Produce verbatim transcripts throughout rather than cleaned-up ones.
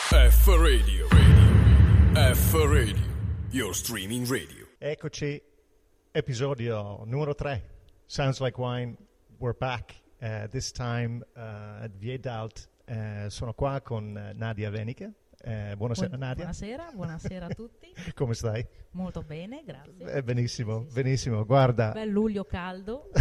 F Radio, Radio, F Radio, your streaming radio. Eccoci, episodio numero tre. Sounds Like Wine, we're back. Uh, this time uh, at Viedalt. Uh, sono qua con Nadia Venica. Uh, buonasera Buon, Nadia. Buonasera, buonasera a tutti. Come stai? Molto bene, grazie. Eh, benissimo, Sì, sì, benissimo. Guarda. Bel luglio caldo.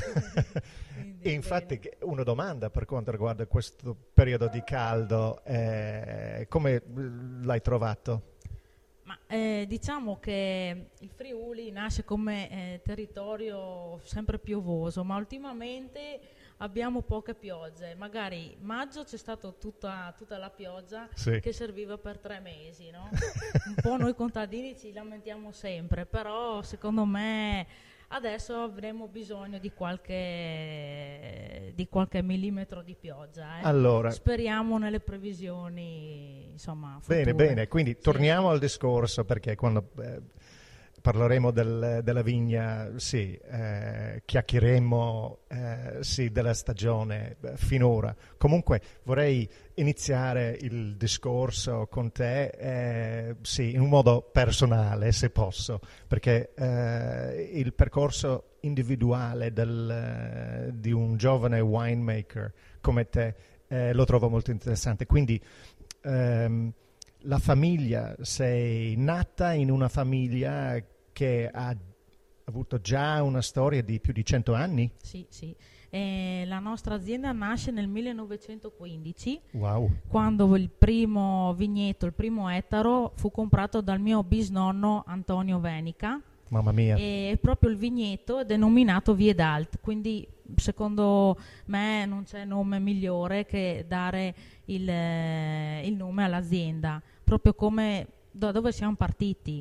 E infatti bene. Una domanda per quanto riguarda questo periodo di caldo, eh, come l'hai trovato? Ma eh, diciamo che il Friuli nasce come eh, territorio sempre piovoso, ma ultimamente abbiamo poche piogge. Magari maggio c'è stata tutta, tutta la pioggia, sì, che serviva per tre mesi, no? Un po' noi contadini ci lamentiamo sempre, però secondo me adesso avremo bisogno di qualche, di qualche millimetro di pioggia. Eh. Allora, speriamo nelle previsioni, insomma, future. Bene, bene, quindi sì, torniamo sì. al discorso, perché quando eh, parleremo del, della vigna, sì, eh, chiacchieremo eh, sì, della stagione eh, finora. Comunque vorrei iniziare il discorso con te, eh, sì, in un modo personale, se posso, perché eh, il percorso individuale del, di un giovane winemaker come te eh, lo trovo molto interessante. Quindi ehm, la famiglia, sei nata in una famiglia che ha avuto già una storia di più di cento anni? Sì, sì. Eh, la nostra azienda nasce nel millenovecentoquindici, wow, quando il primo vigneto, il primo ettaro, fu comprato dal mio bisnonno Antonio Venica. Mamma mia. E proprio il vigneto è denominato Viedalt, quindi secondo me non c'è nome migliore che dare il, eh, il nome all'azienda, proprio come da dove siamo partiti.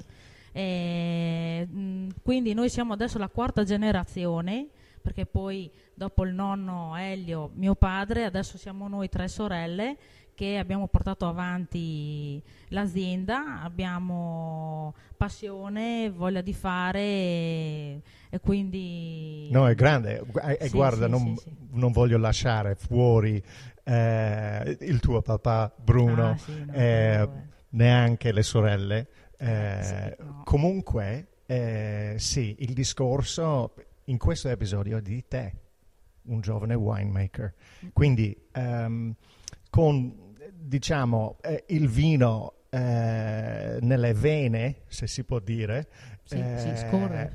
E, mh, quindi noi siamo adesso la quarta generazione, perché poi dopo il nonno Elio, mio padre, adesso siamo noi tre sorelle che abbiamo portato avanti l'azienda, abbiamo passione, voglia di fare e, e quindi... No, è grande, e sì, guarda, sì, non, sì, sì. non voglio lasciare fuori eh, il tuo papà Bruno, Ah, sì, no, eh, neanche le sorelle. Eh, sì, no. Comunque, eh, sì, il discorso in questo episodio è di te, un giovane winemaker. Quindi, um, con, diciamo, eh, il vino eh, nelle vene, se si può dire. Sì, eh, sì, scorre.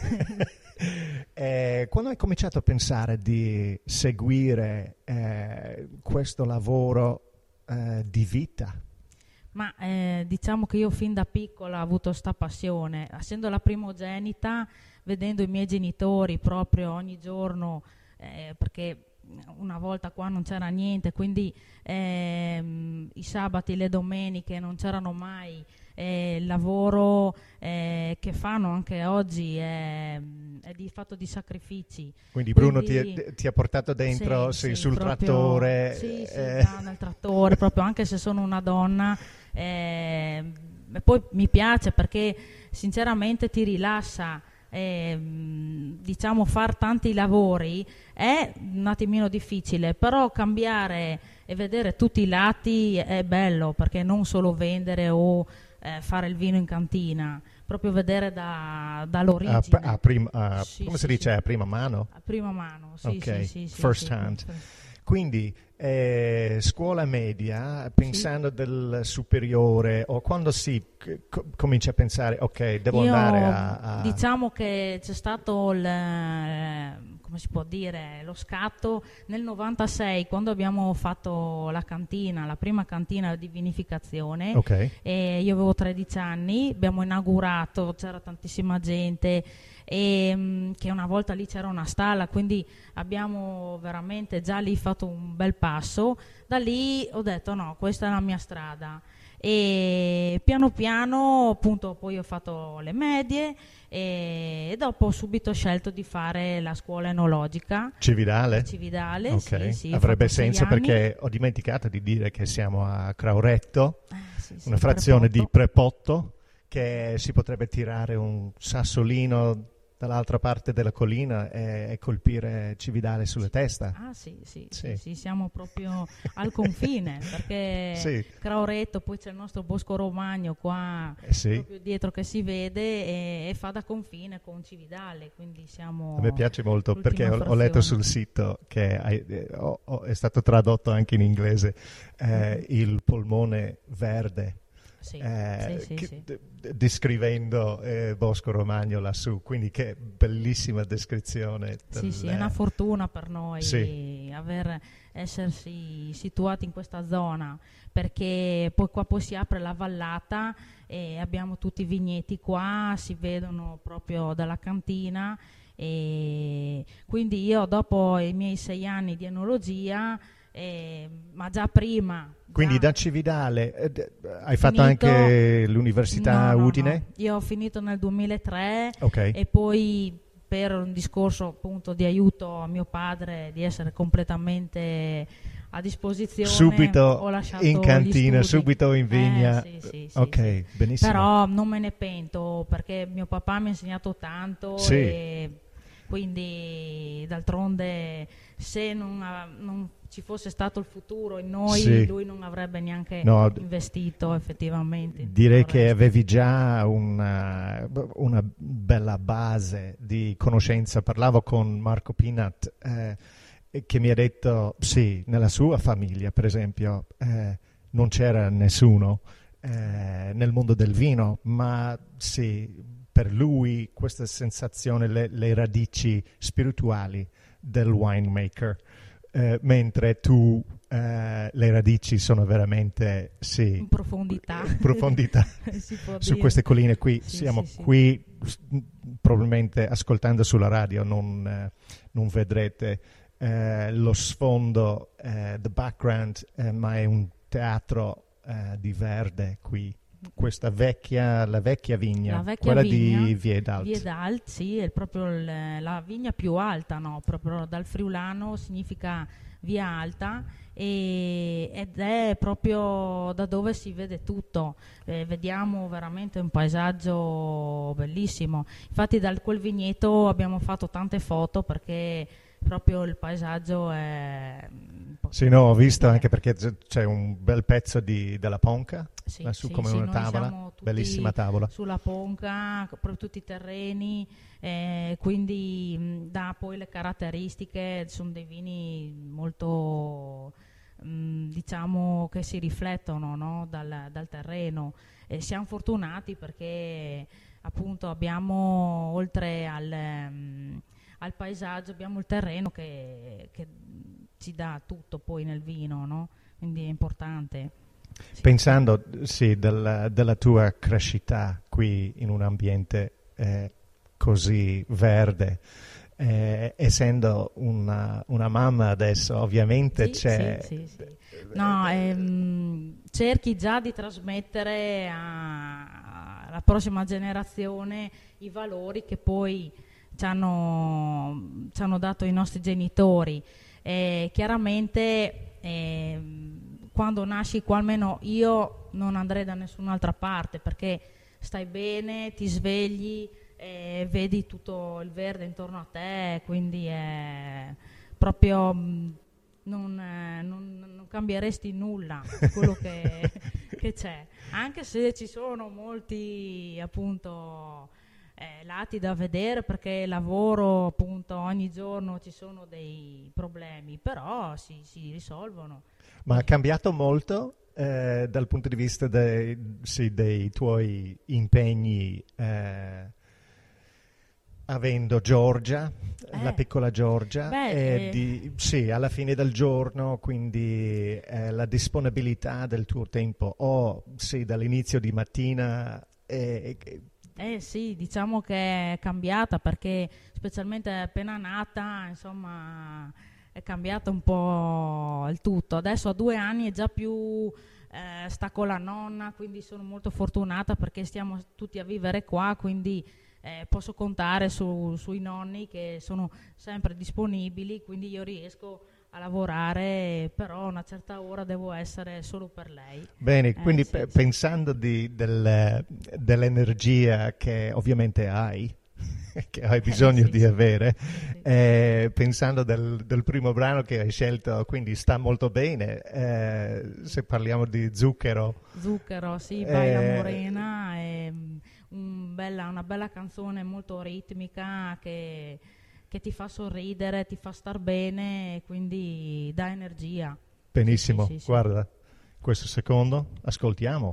eh, quando hai cominciato a pensare di seguire eh, questo lavoro eh, di vita? Ma eh, diciamo che io fin da piccola ho avuto sta passione, essendo la primogenita, vedendo i miei genitori proprio ogni giorno, eh, perché una volta qua non c'era niente, quindi ehm, i sabati, le domeniche non c'erano mai, eh, il lavoro eh, che fanno anche oggi è, è di fatto di sacrifici. Quindi Bruno quindi, ti, ti ha portato dentro sì, sì, sì, sul proprio, trattore. Sì, sì, eh. da, nel trattore, proprio anche se sono una donna. Eh, e poi mi piace perché sinceramente ti rilassa. Eh, diciamo far tanti lavori è un attimino difficile, però cambiare e vedere tutti i lati è bello, perché non solo vendere o eh, fare il vino in cantina, proprio vedere da, dall'origine. A, a prim, a, sì, come sì, si dice? sì. A prima mano? A prima mano, sì, ok, sì, sì, first sì, hand. sì. Quindi eh, scuola media, pensando sì. del superiore, o quando si co- comincia a pensare, ok, devo Io, andare a, a... Diciamo che c'è stato il, come si può dire, lo scatto nel novantasei, quando abbiamo fatto la cantina, la prima cantina di vinificazione. Okay. E io avevo tredici anni, abbiamo inaugurato, c'era tantissima gente, e mh, che una volta lì c'era una stalla, quindi abbiamo veramente già lì fatto un bel passo. Da lì ho detto no, questa è la mia strada, e piano piano appunto poi ho fatto le medie e, e dopo ho subito scelto di fare la scuola enologica Cividale? Cividale, okay. sì, sì, avrebbe senso anni. Perché ho dimenticato di dire che siamo a Crauretto, eh, sì, sì, una frazione Prepotto. di Prepotto, che si potrebbe tirare un sassolino dall'altra parte della collina e, e colpire Cividale sulla sì. testa. Ah sì, sì, sì. sì, sì, siamo proprio al confine, perché sì. Craureto, poi c'è il nostro Bosco Romagno qua eh sì. proprio dietro che si vede e, e fa da confine con Cividale, quindi siamo... A me piace molto perché ho, frazione. ho letto sul sito che hai, eh, ho, ho, è stato tradotto anche in inglese, eh, mm-hmm. il polmone verde. Sì, eh, sì, sì, che, sì. d- descrivendo eh, Bosco Romagno lassù, quindi che bellissima descrizione del... Sì, sì, è una fortuna per noi sì. aver, essersi situati in questa zona, perché poi qua poi si apre la vallata e abbiamo tutti i vigneti qua, si vedono proprio dalla cantina, e quindi io dopo i miei sei anni di enologia, eh, ma già prima... Quindi già da Cividale eh, d- hai finito, fatto anche l'università no, no, Udine? No. Io ho finito nel duemilatré okay. e poi per un discorso appunto di aiuto a mio padre di essere completamente a disposizione subito ho lasciato in cantina, subito in vigna. Eh, sì, sì, sì, ok, sì. benissimo. Però non me ne pento perché mio papà mi ha insegnato tanto sì. e quindi d'altronde se non, non ci fosse stato il futuro in noi, sì. lui non avrebbe neanche no, investito effettivamente. Direi che resto. Avevi già una, una bella base di conoscenza. Parlavo con Marco Pinat eh, che mi ha detto sì, nella sua famiglia per esempio eh, non c'era nessuno eh, nel mondo del vino, ma sì, per lui questa sensazione, le, le radici spirituali del winemaker, eh, mentre tu eh, le radici sono veramente sì, in profondità, in profondità su queste colline qui. Sì, siamo sì, qui sì. Probabilmente ascoltando sulla radio non, eh, non vedrete eh, lo sfondo, eh, the background, eh, ma è un teatro eh, di verde qui. Questa vecchia, la vecchia vigna, la vecchia quella vigna, di Viedalt. Viedalt, sì, è proprio il, la vigna più alta, no? Proprio dal friulano significa via alta e, ed è proprio da dove si vede tutto. Eh, vediamo veramente un paesaggio bellissimo. Infatti da quel vigneto abbiamo fatto tante foto perché proprio il paesaggio è... Sì, no, ho visto anche perché c'è un bel pezzo di, della Ponca, sì, lassù sì, come sì, una tavola, bellissima tavola. Sulla Ponca, proprio tutti i terreni, eh, quindi mh, dà poi le caratteristiche, sono dei vini molto, mh, diciamo, che si riflettono, no? dal, dal terreno. E siamo fortunati perché appunto abbiamo, oltre al... Mh, al paesaggio, abbiamo il terreno che, che ci dà tutto poi nel vino, no? Quindi è importante. Sì. Pensando sì, del, della tua crescita qui in un ambiente eh, così verde, eh, essendo una, una mamma adesso, ovviamente sì, c'è... Sì, sì, sì. No, ehm, cerchi già di trasmettere a, alla prossima generazione i valori che poi ci hanno, ci hanno dato i nostri genitori. Eh, chiaramente eh, quando nasci qua, almeno io non andrei da nessun'altra parte perché stai bene, ti svegli, eh, vedi tutto il verde intorno a te, quindi è proprio non, eh, non, non cambieresti nulla quello che, che c'è, anche se ci sono molti appunto Eh, lati da vedere perché lavoro appunto ogni giorno, ci sono dei problemi, però si, si risolvono. Ma ha cambiato molto eh, dal punto di vista dei, sì, dei tuoi impegni eh, avendo Giorgia, eh, la piccola Giorgia, beh, e eh, di, sì, alla fine del giorno, quindi eh, la disponibilità del tuo tempo o sì, dall'inizio di mattina e, e Eh sì, diciamo che è cambiata perché specialmente appena nata, insomma, è cambiato un po' il tutto. Adesso a due anni è già più, eh, sta con la nonna, quindi sono molto fortunata perché stiamo tutti a vivere qua, quindi eh, posso contare su, sui nonni che sono sempre disponibili, quindi io riesco a lavorare, però a una certa ora devo essere solo per lei. Bene, eh, quindi sì, pe- sì. pensando di, del, dell'energia che ovviamente hai che hai bisogno Eh, sì, di sì. avere, Sì. eh, pensando del, del primo brano che hai scelto, quindi sta molto bene, eh, se parliamo di zucchero. Zucchero, sì, Baila eh, Morena è mm, un bella- una bella canzone molto ritmica che, che ti fa sorridere, ti fa star bene e quindi dà energia. Benissimo, Sì, sì, sì, sì. guarda, questo secondo, ascoltiamo.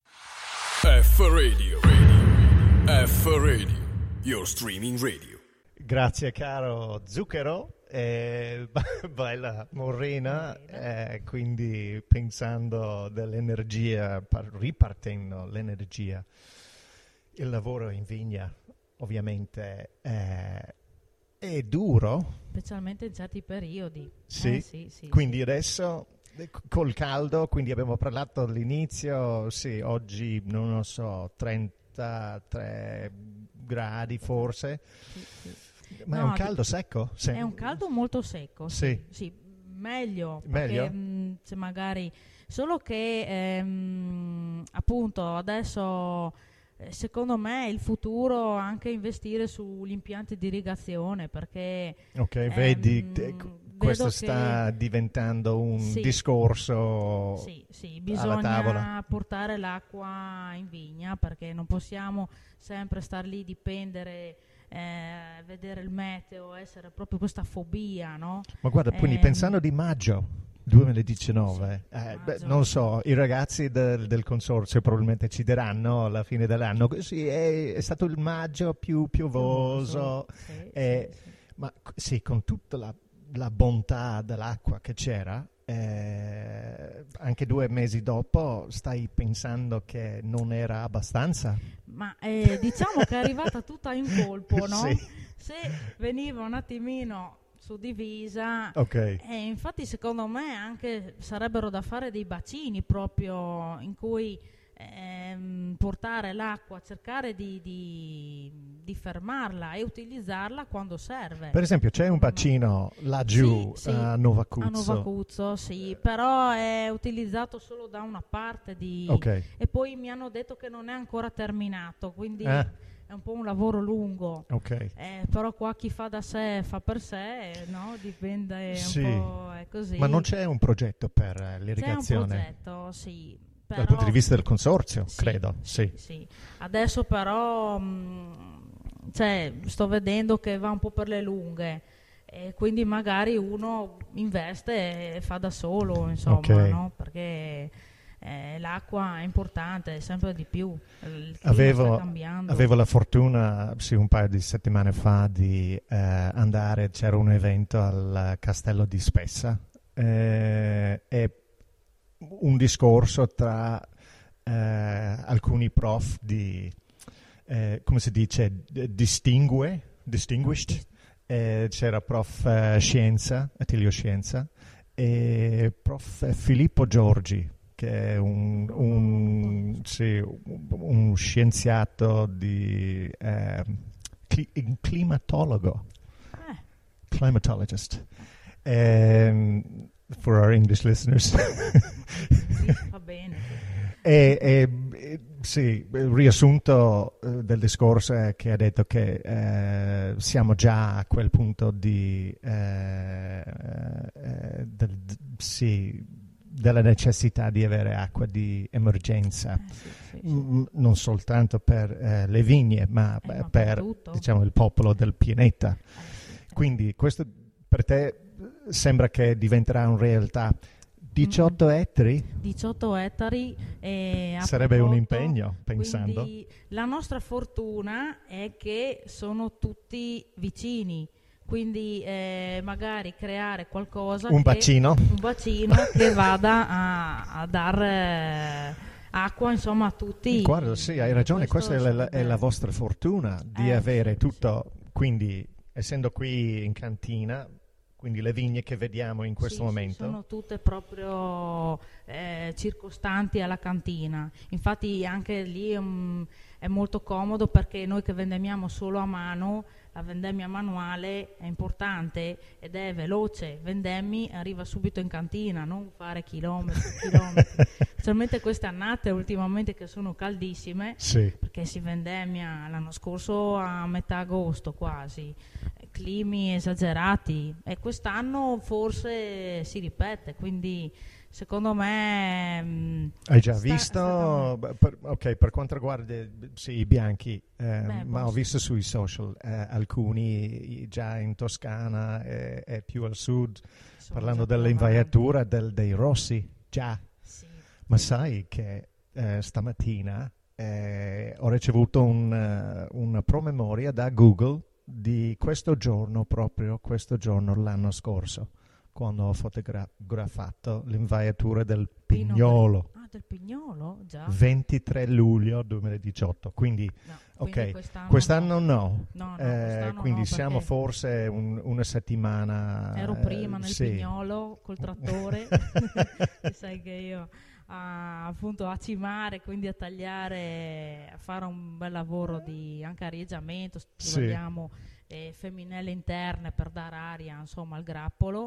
F Radio. Radio. F Radio. Your streaming radio. Grazie caro Zucchero, eh, Baila Morena, Morena. eh, quindi pensando dell'energia, par- ripartendo l'energia, il lavoro in vigna ovviamente eh, è duro, Specialmente in certi periodi. sì, Eh, sì, sì, quindi sì. adesso eh, c- col caldo, quindi abbiamo parlato all'inizio, sì, oggi non lo so, trentatré gradi forse, Sì, sì. ma è No, un di- caldo secco? Se- È un caldo molto secco, Sì. sì, sì, meglio, Meglio? perché mh, se magari solo che ehm, appunto adesso eh, secondo me è il futuro anche investire sugli impianti di irrigazione, perché Ok, ehm, vedi, te- vedo questo che sta diventando un sì, discorso sì, sì, alla tavola. bisogna portare l'acqua in vigna, perché non possiamo sempre star lì, dipendere, eh, vedere il meteo, essere proprio questa fobia, no? Ma guarda, quindi Ehm, pensando di maggio duemiladiciannove, sì, eh, beh, maggio. non so, i ragazzi del, del consorzio probabilmente ci diranno alla fine dell'anno, sì, è, è stato il maggio più piovoso, Sì, eh, sì, sì. ma c- sì, con tutta la, la bontà dell'acqua che c'era, eh, anche due mesi dopo stai pensando che non era abbastanza? Ma eh, diciamo che è arrivata tutta in colpo, no? Sì. Se veniva un attimino suddivisa, Ok. e infatti secondo me anche sarebbero da fare dei bacini proprio in cui ehm, portare l'acqua, cercare di, di- di fermarla e utilizzarla quando serve. Per esempio c'è un Secondo me. bacino laggiù Sì, sì, a Nova a Cuzzo. Nova Cuzzo, sì, però è utilizzato solo da una parte di... Ok. E poi mi hanno detto che non è ancora terminato, quindi Eh. è un po' un lavoro lungo. Ok. Eh, però qua chi fa da sé fa per sé, no? Dipende Sì. un po', è così. Ma non c'è un progetto per eh, C'è un l'irrigazione? progetto, sì. Dal però- punto di vista del consorzio, sì, credo, sì. sì. Adesso però mh, cioè, sto vedendo che va un po' per le lunghe. E quindi magari uno investe e fa da solo, insomma, Ok. no? Perché eh, l'acqua è importante, sempre di più. Il clima Avevo, sta cambiando. avevo la fortuna, sì, un paio di settimane fa di eh, andare, c'era un evento al Castello di Spessa eh, e un discorso tra eh, alcuni prof di, eh, come si dice, d- distingue, distinguished, eh, c'era prof eh, Scienza, Attilio Scienza, e prof Filippo Giorgi, che è un, un, sì, un- un scienziato di eh, cli- un climatologo, Eh, climatologist. Um, for our English listeners. sì, va bene. e, e, e, sì, il riassunto eh, del discorso è che ha detto che eh, siamo già a quel punto di eh, eh, del, d- sì, della necessità di avere acqua di emergenza, Eh, sì, sì, sì. M- non soltanto per eh, le vigne, ma, Eh, ma per per tutto. diciamo, il popolo del pianeta. Eh, sì. Quindi questo per te sembra che diventerà una realtà. diciotto ettari diciotto ettari e a sarebbe un prodotto, impegno, pensando. quindi la nostra fortuna è che sono tutti vicini, quindi eh, magari creare qualcosa Un che, bacino. un bacino che vada a, a dare acqua, insomma, a tutti. Guarda, sì, hai ragione, Questo questa è la, è sarebbe- la vostra fortuna di Eh, avere sì, tutto, quindi essendo qui in cantina, quindi le vigne che vediamo in questo Sì, momento. sì, sono tutte proprio eh, circostanti alla cantina. Infatti anche lì um, è è molto comodo, perché noi che vendemmiamo solo a mano, la vendemmia manuale è importante ed è veloce. Vendemmi arriva subito in cantina, non fare chilometri e chilometri. Specialmente queste annate ultimamente che sono caldissime, Sì. perché si vendemmia l'anno scorso a metà agosto quasi, climi esagerati, e quest'anno forse si ripete, quindi secondo me mh, hai già sta, visto sta per, ok, per quanto riguarda sì, i bianchi, eh, Beh, ma ho posso- visto sui social eh, alcuni già in Toscana e, e più al sud sono parlando già dell'invaiatura del- dei rossi già. sì. Ma sai che eh, stamattina eh, ho ricevuto un, eh, una promemoria da Google di questo giorno, proprio questo giorno l'anno scorso, quando ho fotografato l'invaiatura del Pino Pignolo, Gri- Ah, del Pignolo? Già. ventitré luglio duemiladiciotto. Quindi, No, ok, quindi quest'anno, quest'anno no. no. No, no, Eh, quest'anno quindi no, siamo perché forse un- una settimana. ero prima eh, nel sì. Pignolo col trattore, e sai che io a, appunto a cimare, quindi a tagliare, a fare un bel lavoro di anche arieggiamento, se Sì. vogliamo, eh, femminelle interne per dare aria insomma al grappolo,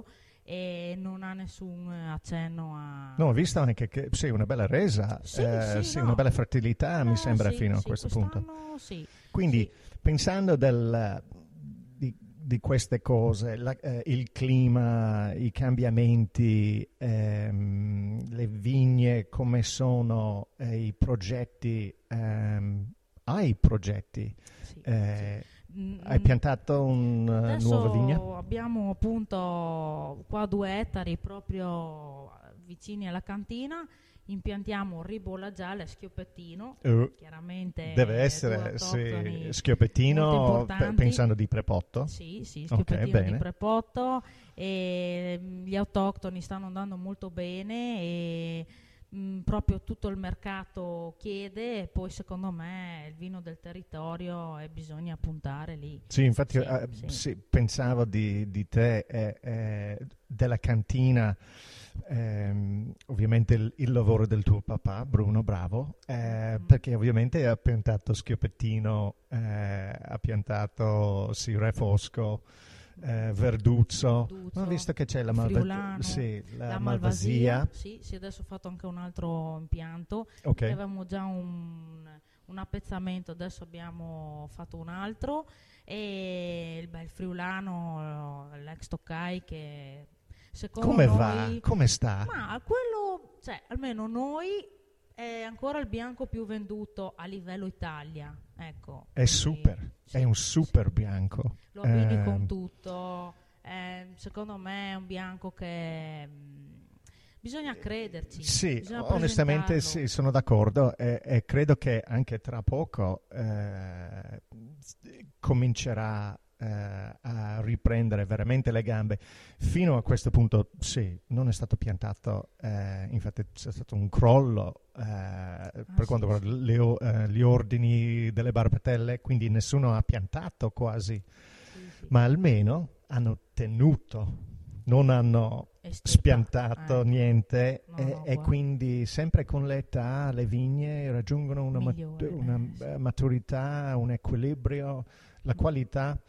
e non ha nessun accenno a... No, ho visto anche che sì, una bella resa, Sì, eh, sì, sì, no. una bella fertilità, mi Eh, sembra, sì, fino a sì, questo punto. quest'anno sì. Quindi, Sì. pensando del, di, di queste cose, la- eh, il clima, i cambiamenti, ehm, le vigne, come sono, eh, i progetti, ehm, hai progetti? Sì, Eh, sì. Mm, Hai piantato una adesso nuova vigna? abbiamo appunto qua due ettari proprio vicini alla cantina, impiantiamo ribolla gialla e schioppettino, Eh, chiaramente deve due essere sì, autoctoni molto schioppettino, importanti. pe- pensando di prepotto? Sì, sì, Ok, schioppettino di bene. prepotto, e mm, gli autoctoni stanno andando molto bene, e mm, proprio tutto il mercato chiede, e poi secondo me il vino del territorio, e bisogna puntare lì. Sì, infatti Sì, eh, sì. sì, pensavo di, di te, eh, eh, della cantina, ehm, ovviamente il, il lavoro del tuo papà, Bruno, bravo, eh, Mm. perché ovviamente ha piantato Schioppettino, eh, ha piantato sì, Re Fosco, eh, Verduzzo, Verduzzo, ho visto che c'è la, il Malva- Friulano, sì, la la Malvasia. Malvasia, sì, sì, adesso ho fatto anche un altro impianto, Ok. avevamo già un, un appezzamento, adesso abbiamo fatto un altro, e il bel Friulano, l'ex Toccai, che secondo Come noi... va? Come sta? Ma quello, cioè, almeno noi è ancora il bianco più venduto a livello Italia, ecco. È quindi, super, sì, è un super sì. bianco. Lo abbini Ehm, con tutto, eh, secondo me è un bianco che mh, bisogna crederci, Sì, bisogna onestamente presentarlo. sì, sono d'accordo e, e credo che anche tra poco eh, comincerà eh, a riprendere veramente le gambe. Fino a questo punto sì, non è stato piantato, eh, infatti c'è stato un crollo eh, per sì, quanto sì. riguarda le o- eh, gli ordini delle barbatelle, quindi nessuno ha piantato quasi, Sì, sì. ma almeno hanno tenuto, non hanno Estirpato, spiantato ecco. niente, No, e, no, e guarda. quindi sempre con l'età le vigne raggiungono una, mat- Migliore, una, eh, sì. eh, maturità, un equilibrio, la qualità.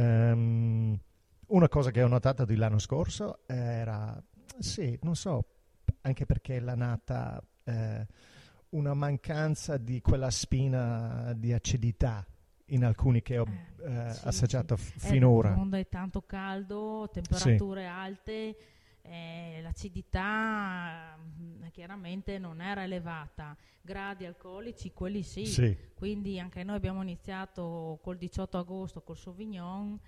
Ehm, una cosa che ho notato di l'anno scorso era, sì, non so, anche perché l'ha nata eh, una mancanza di quella spina di acidità in alcuni che ho Eh, eh, sì, assaggiato sì. f- Eh, finora. Onde è tanto caldo, temperature alte, eh, l'acidità mh, chiaramente non era elevata, gradi alcolici quelli sì, Sì. quindi anche noi abbiamo iniziato col diciotto agosto col Sauvignon,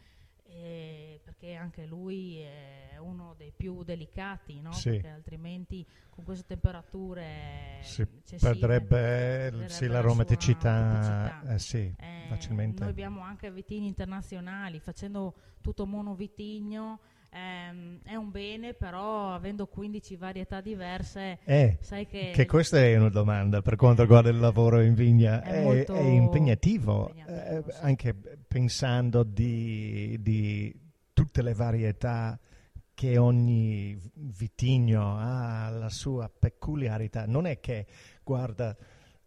eh, perché anche lui è uno dei più delicati, no? Sì. Perché altrimenti con queste temperature Si eccessive perderebbe, perderebbe sì, la l'aromaticità, sua tipicità. eh, sì, Eh, facilmente. noi abbiamo anche vitini internazionali, facendo tutto monovitigno ehm, è un bene, però avendo quindici varietà diverse, Eh, sai che, che questa è una domanda per quanto riguarda il lavoro in vigna, È è, molto è impegnativo, impegnativo, eh, sì. anche pensando di, di tutte le varietà che ogni vitigno ha la sua peculiarità. Non è che, guarda,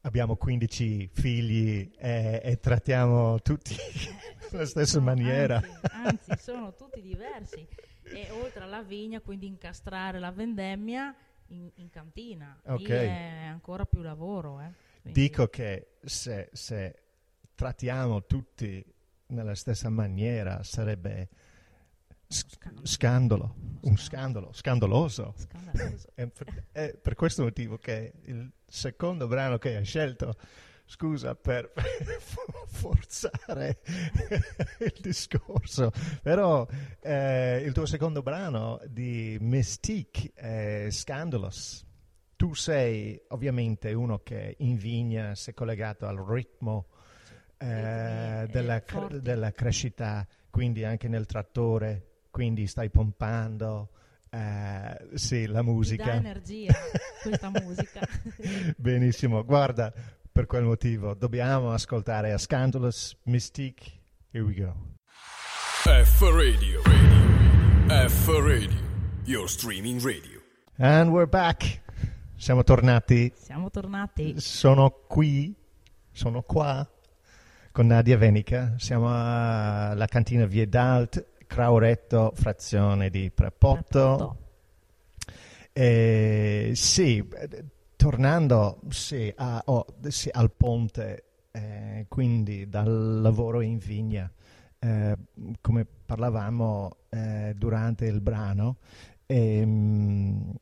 abbiamo quindici figli e, e trattiamo tutti nella stessa No, maniera. Anzi, anzi, sono tutti diversi. E oltre alla vigna, quindi incastrare la vendemmia in, in cantina. Ok. Lì è ancora più lavoro. Eh. Quindi- Dico che se, se trattiamo tutti nella stessa maniera sarebbe s- Scandalo. scandalo, un scandalo, scandaloso. Scandaloso. È per, è per questo motivo che il secondo brano che hai scelto, scusa per forzare il discorso, però eh, il tuo secondo brano di Mystique è Scandalous. Tu sei ovviamente uno che in vigna si è collegato al ritmo eh, Ritmi, della, eh, cre- forti. della crescita, quindi anche nel trattore, quindi stai pompando, eh, sì, la Ti dà musica. energia questa musica. Benissimo, guarda, per quel motivo dobbiamo ascoltare a Scandalous Mystique. Here we go. F Radio. Radio. F Radio. Your streaming radio. And we're back. Siamo tornati. Siamo tornati. Sono qui, sono qua con Nadia Venica. Siamo alla cantina Viedalt, Crauretto, frazione di Prepotto. Prepotto. Eh, sì, eh, tornando sì, a- oh, sì, al ponte, eh, quindi dal lavoro in vigna, eh, come parlavamo eh, durante il brano, ehm,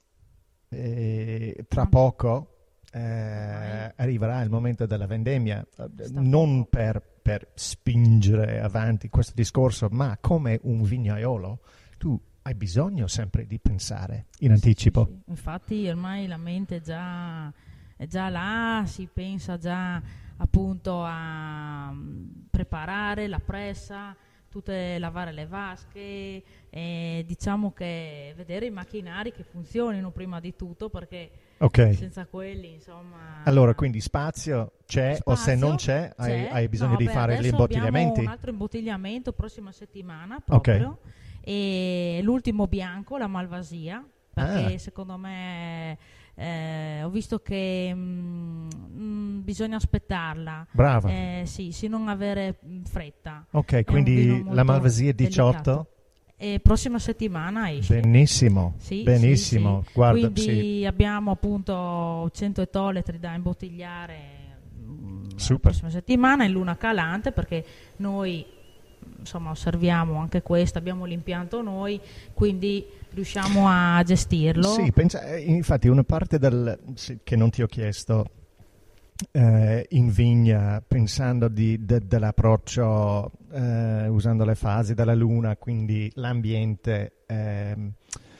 eh, tra poco eh, arriverà il momento della vendemmia, eh, Sta non poco. per, per spingere avanti questo discorso, ma come un vignaiolo tu hai bisogno sempre di pensare in anticipo. Sì, sì. Infatti ormai la mente è già, è già là, si pensa già appunto a mm, preparare la pressa, tutte lavare le vasche, e diciamo che vedere i macchinari che funzionino prima di tutto, perché Ok, senza quelli insomma... allora quindi spazio c'è, o se non Spazio c'è, hai, c'è. hai bisogno No, di beh, fare gli adesso imbottigliamenti? abbiamo un altro imbottigliamento prossima settimana proprio, e l'ultimo bianco, la Malvasia, perché Ah. secondo me eh, ho visto che mm, mm, bisogna aspettarla, Brava. eh, sì, sì, non avere mm, fretta. Ok, È un quindi vino la molto Malvasia diciotto? delicato. E prossima settimana esce. Benissimo, Sì, benissimo. sì, sì. Guarda, Quindi sì, abbiamo appunto cento ettolitri da imbottigliare mm, la Super. prossima settimana in luna calante, perché noi insomma osserviamo anche questo, abbiamo l'impianto noi, quindi riusciamo a gestirlo. Sì, pensa, eh, infatti una parte del, sì, che non ti ho chiesto eh, in vigna, pensando di, de- dell'approccio eh, usando le fasi della luna, quindi l'ambiente, ehm,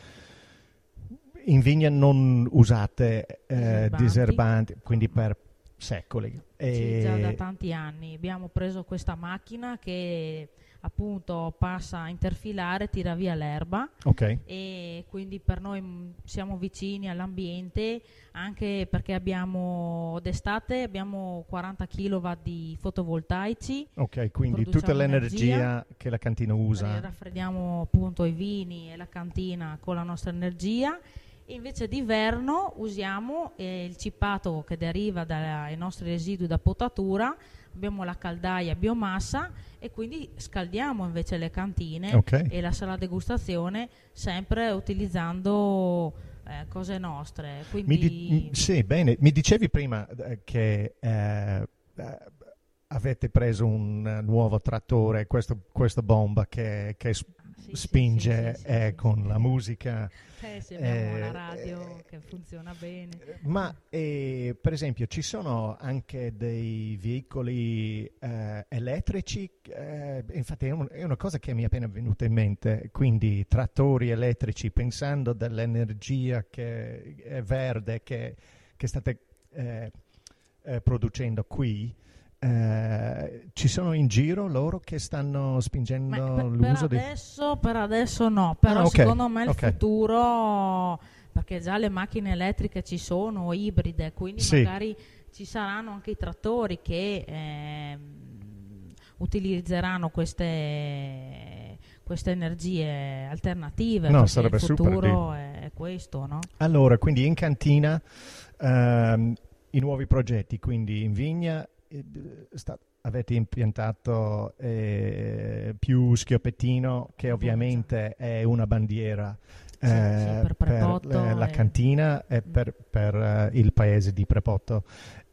in vigna non usate eh, Diserbanti. diserbanti, quindi per secoli. Sì, già da E- tanti anni abbiamo preso questa macchina che appunto passa a interfilare, tira via l'erba, ok, e quindi per noi mh, siamo vicini all'ambiente, anche perché abbiamo d'estate abbiamo quaranta chilowatt di fotovoltaici, ok, quindi produciamo tutta l'energia energia, che la cantina e usa. raffreddiamo appunto i vini e la cantina con la nostra energia. E invece d'inverno usiamo eh, il cippato che deriva dai nostri residui da potatura, abbiamo la caldaia biomassa e quindi scaldiamo invece le cantine Ok. e la sala degustazione sempre utilizzando eh, cose nostre. Quindi Mi di- m- sì, bene. Mi dicevi prima eh, che eh, eh, avete preso un eh, nuovo trattore, questo, questo bomba che, che s- sì, sì, spinge sì, sì, eh, sì, con sì. la musica. Eh, sì, abbiamo eh, la radio eh, che funziona bene. Ma eh, per esempio ci sono anche dei veicoli eh, elettrici, eh, infatti è, un- è una cosa che mi è appena venuta in mente, quindi trattori elettrici, pensando dell'energia che è verde che, che state eh, eh, producendo qui. Eh, ci sono in giro loro che stanno spingendo Ma per, per l'uso di... adesso, per adesso no, però Ah, ok, secondo me il ok. futuro, perché già le macchine elettriche ci sono, ibride, quindi Sì. magari ci saranno anche i trattori che ehm, utilizzeranno queste, queste energie alternative, No, perché sarebbe il super, futuro è questo, no? Allora, quindi in cantina ehm, i nuovi progetti, quindi in vigna eh, sta, avete impiantato eh, più Schioppettino, che ovviamente è una bandiera Sì, sì, eh, per Prepotto per la e- cantina e per, per, eh, il paese di Prepotto.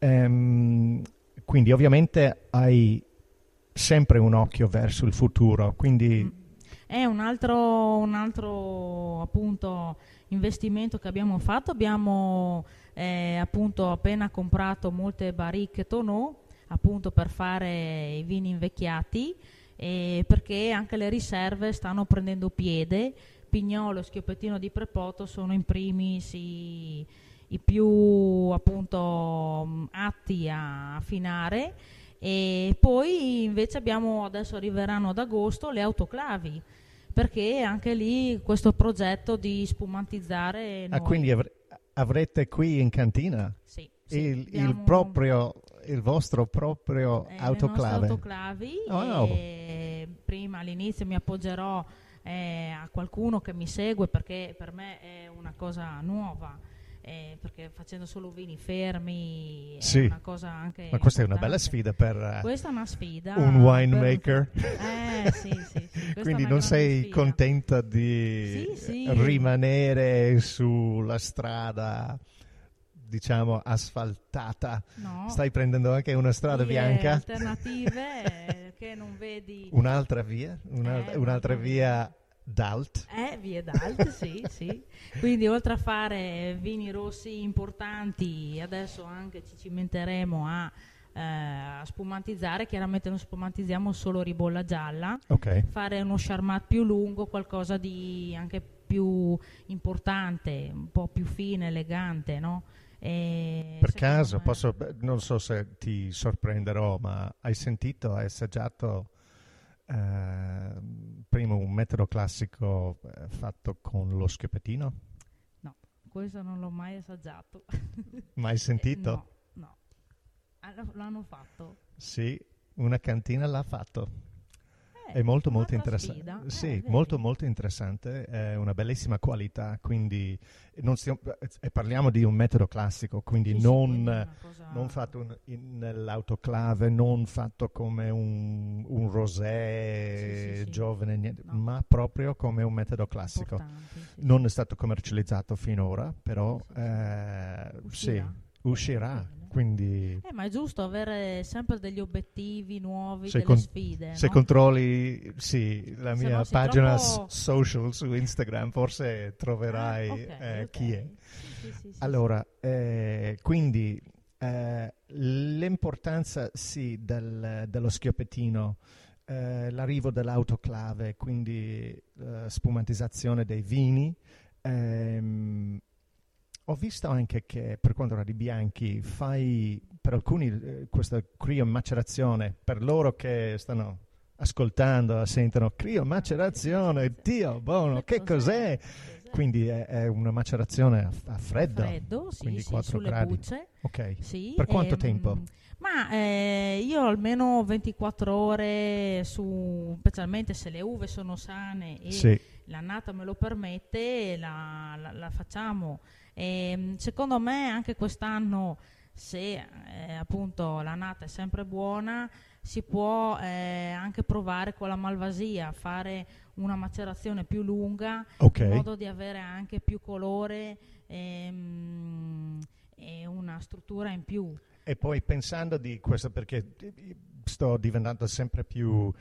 Ehm, quindi ovviamente hai sempre un occhio verso il futuro, quindi È un altro, un altro appunto investimento che abbiamo fatto. Abbiamo eh, appunto appena comprato molte barrique tonneau appunto per fare i vini invecchiati, eh, perché anche le riserve stanno prendendo piede. Pignolo e Schioppettino di Prepotto sono in primis i, i più appunto mh, atti a affinare, e poi invece abbiamo, adesso arriveranno ad agosto le autoclavi, perché anche lì questo progetto di spumantizzare ah, noi- quindi avre- avrete qui in cantina sì, sì, il, il abbiamo- proprio, il vostro proprio eh, autoclave. le nostre autoclavi. Wow. E prima all'inizio mi appoggerò eh, a qualcuno che mi segue, perché per me è una cosa nuova, eh, perché facendo solo vini fermi Sì. è una cosa anche Ma questa è una bella importante. sfida per eh, Questa è una sfida un per- winemaker. eh sì, sì, sì, questa è Quindi una non grande sei sfida. contenta di Sì, sì. rimanere sulla strada, diciamo, asfaltata? No, Stai prendendo anche una strada vie bianca? alternative eh, che non vedi. Un'altra via? Una- Eh, un'altra un'altra via d'alt? Eh, vie d'alt, sì, sì. Quindi oltre a fare vini rossi importanti, adesso anche ci cimenteremo a, eh, a spumantizzare. Chiaramente non spumantizziamo solo ribolla gialla, Ok. fare uno charmat più lungo, qualcosa di anche più importante, un po' più fine, elegante, no? E Per secondo caso, me- posso, beh, non so se ti sorprenderò, ma hai sentito, hai assaggiato eh, prima un metodo classico eh, fatto con lo schioppettino? No, questo non l'ho mai assaggiato. Mai sentito? No, no. Ah, lo- l'hanno fatto. Sì, una cantina l'ha fatto. Eh, È molto molto un'altra interessante. sfida. Eh, Sì, vedi. molto molto interessante, è una bellissima qualità, quindi non stiamo, e parliamo di un metodo classico, quindi Sì, sì, non, quindi è una cosa- non fatto in- in- nell'autoclave, non fatto come un, un rosé Sì, sì, sì. giovane, niente, No. ma proprio come un metodo classico. importanti, sì, Non è stato commercializzato finora, però Sì, sì, sì. eh, Uscirà. sì, uscirà, Bene. quindi Eh, ma è giusto avere sempre degli obiettivi nuovi, Se delle con- sfide. se no? controlli sì, la Se mia no sei pagina troppo- s- social su Instagram, forse troverai Ah, ok, eh, ok. chi è. Sì, sì, sì, sì, Allora, eh, quindi eh, l'importanza sì del- dello schioppettino, eh, l'arrivo dell'autoclave, quindi eh, spumantizzazione dei vini. ehm, ho visto anche che per quanto riguarda i bianchi, fai per alcuni eh, questa crio macerazione, per loro che stanno ascoltando, sentono crio macerazione, Dio buono, che cos'è? Cos'è? Quindi è, è una macerazione a, a freddo. Freddo, sì, quindi sì, quattro sulle gradi. bucce. Ok. Sì, Per quanto ehm, tempo? Ma eh, io almeno ventiquattro ore, su, specialmente se le uve sono sane e Sì. l'annata me lo permette, la, la- la facciamo. E, secondo me anche quest'anno, se eh, appunto l'annata è sempre buona, si può eh, anche provare con la malvasia, fare una macerazione più lunga, Ok. in modo di avere anche più colore ehm, e una struttura in più. E poi pensando di questo, perché sto diventando sempre più,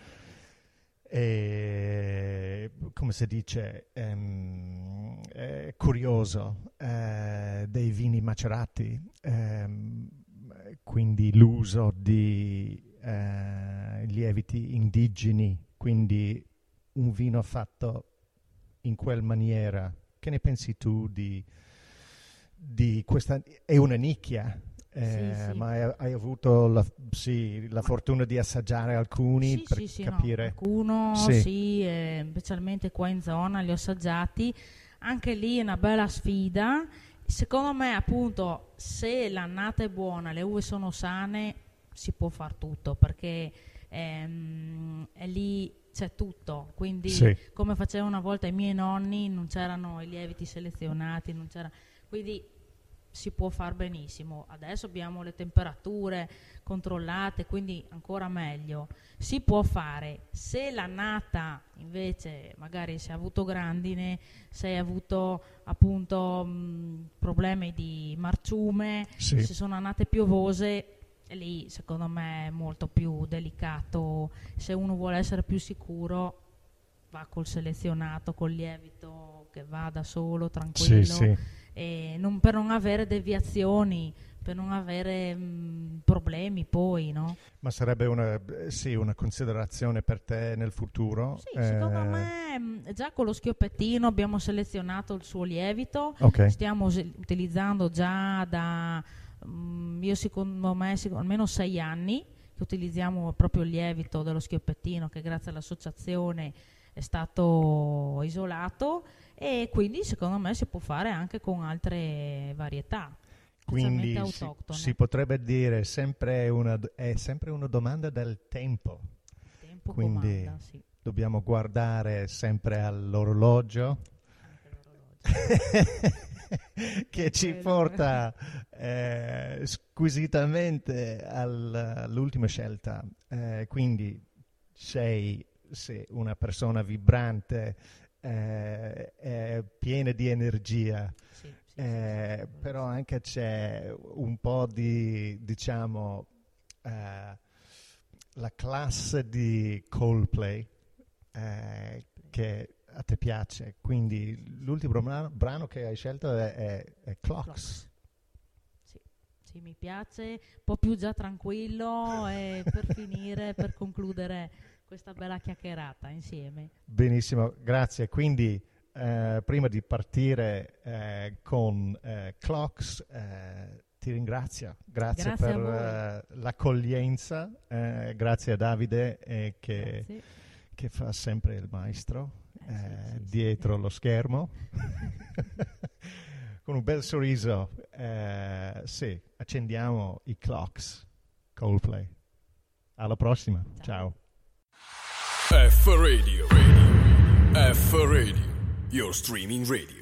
eh, come si dice, ehm, eh, curioso eh, dei vini macerati, ehm, quindi l'uso di eh, lieviti indigeni, quindi un vino fatto in quel maniera. Che ne pensi tu di, di questa? È una nicchia. Eh, Sì, sì. ma hai, hai avuto la, sì, la fortuna di assaggiare alcuni Sì, per sì, sì, no, capire? qualcuno Sì. sì, eh, specialmente qua in zona li ho assaggiati. Anche lì è una bella sfida. Secondo me, appunto, se l'annata è buona, le uve sono sane, si può far tutto, perché ehm, è lì c'è tutto. Quindi, Sì. come facevano una volta i miei nonni, non c'erano i lieviti selezionati, non c'era. Quindi si può far benissimo. Adesso abbiamo le temperature controllate, quindi ancora meglio. Si può fare. Se l'annata invece magari se hai avuto grandine, se hai avuto appunto mh, problemi di marciume, Sì. se sono annate piovose, lì secondo me è molto più delicato. Se uno vuole essere più sicuro va col selezionato, col lievito che va da solo, tranquillo, Sì, sì. e non, per non avere deviazioni, per non avere mh, problemi poi, no? Ma sarebbe una, sì, una considerazione per te nel futuro? Sì, secondo Eh, me mh, già con lo schioppettino abbiamo selezionato il suo lievito, Ok. stiamo us- utilizzando già da, mh, io secondo me, sic- almeno sei anni che utilizziamo proprio il lievito dello schioppettino, che grazie all'associazione è stato isolato, e quindi secondo me si può fare anche con altre varietà, Quindi specialmente si, autoctone. si potrebbe dire sempre una, è sempre una domanda del tempo. Il tempo quindi- comanda, sì, Dobbiamo guardare sempre all'orologio anche l'orologio. che ci Quello. porta eh, squisitamente al- all'ultima scelta. Eh, quindi sei sì, una persona vibrante, eh, eh, piena di energia, Sì, sì, sì, eh, sì, però anche c'è un po' di, diciamo, eh, la classe di Coldplay eh, che a te piace. Quindi l'ultimo brano, brano che hai scelto è, è, è Clocks. Clocks. Sì, sì, mi piace, un po' più già tranquillo, e per finire, per concludere questa bella chiacchierata insieme. Benissimo, grazie. Quindi eh, prima di partire eh, con eh, Clocks, eh, ti ringrazio. Grazie, Grazie a per voi. eh, l'accoglienza, eh, grazie a Davide eh, che, Grazie. che fa sempre il maestro Eh, sì, eh, sì, sì. dietro lo schermo. Con un bel sorriso, eh, sì, accendiamo i Clocks, Coldplay. Alla prossima, ciao. Ciao. F Radio. Radio. F Radio. Your streaming radio.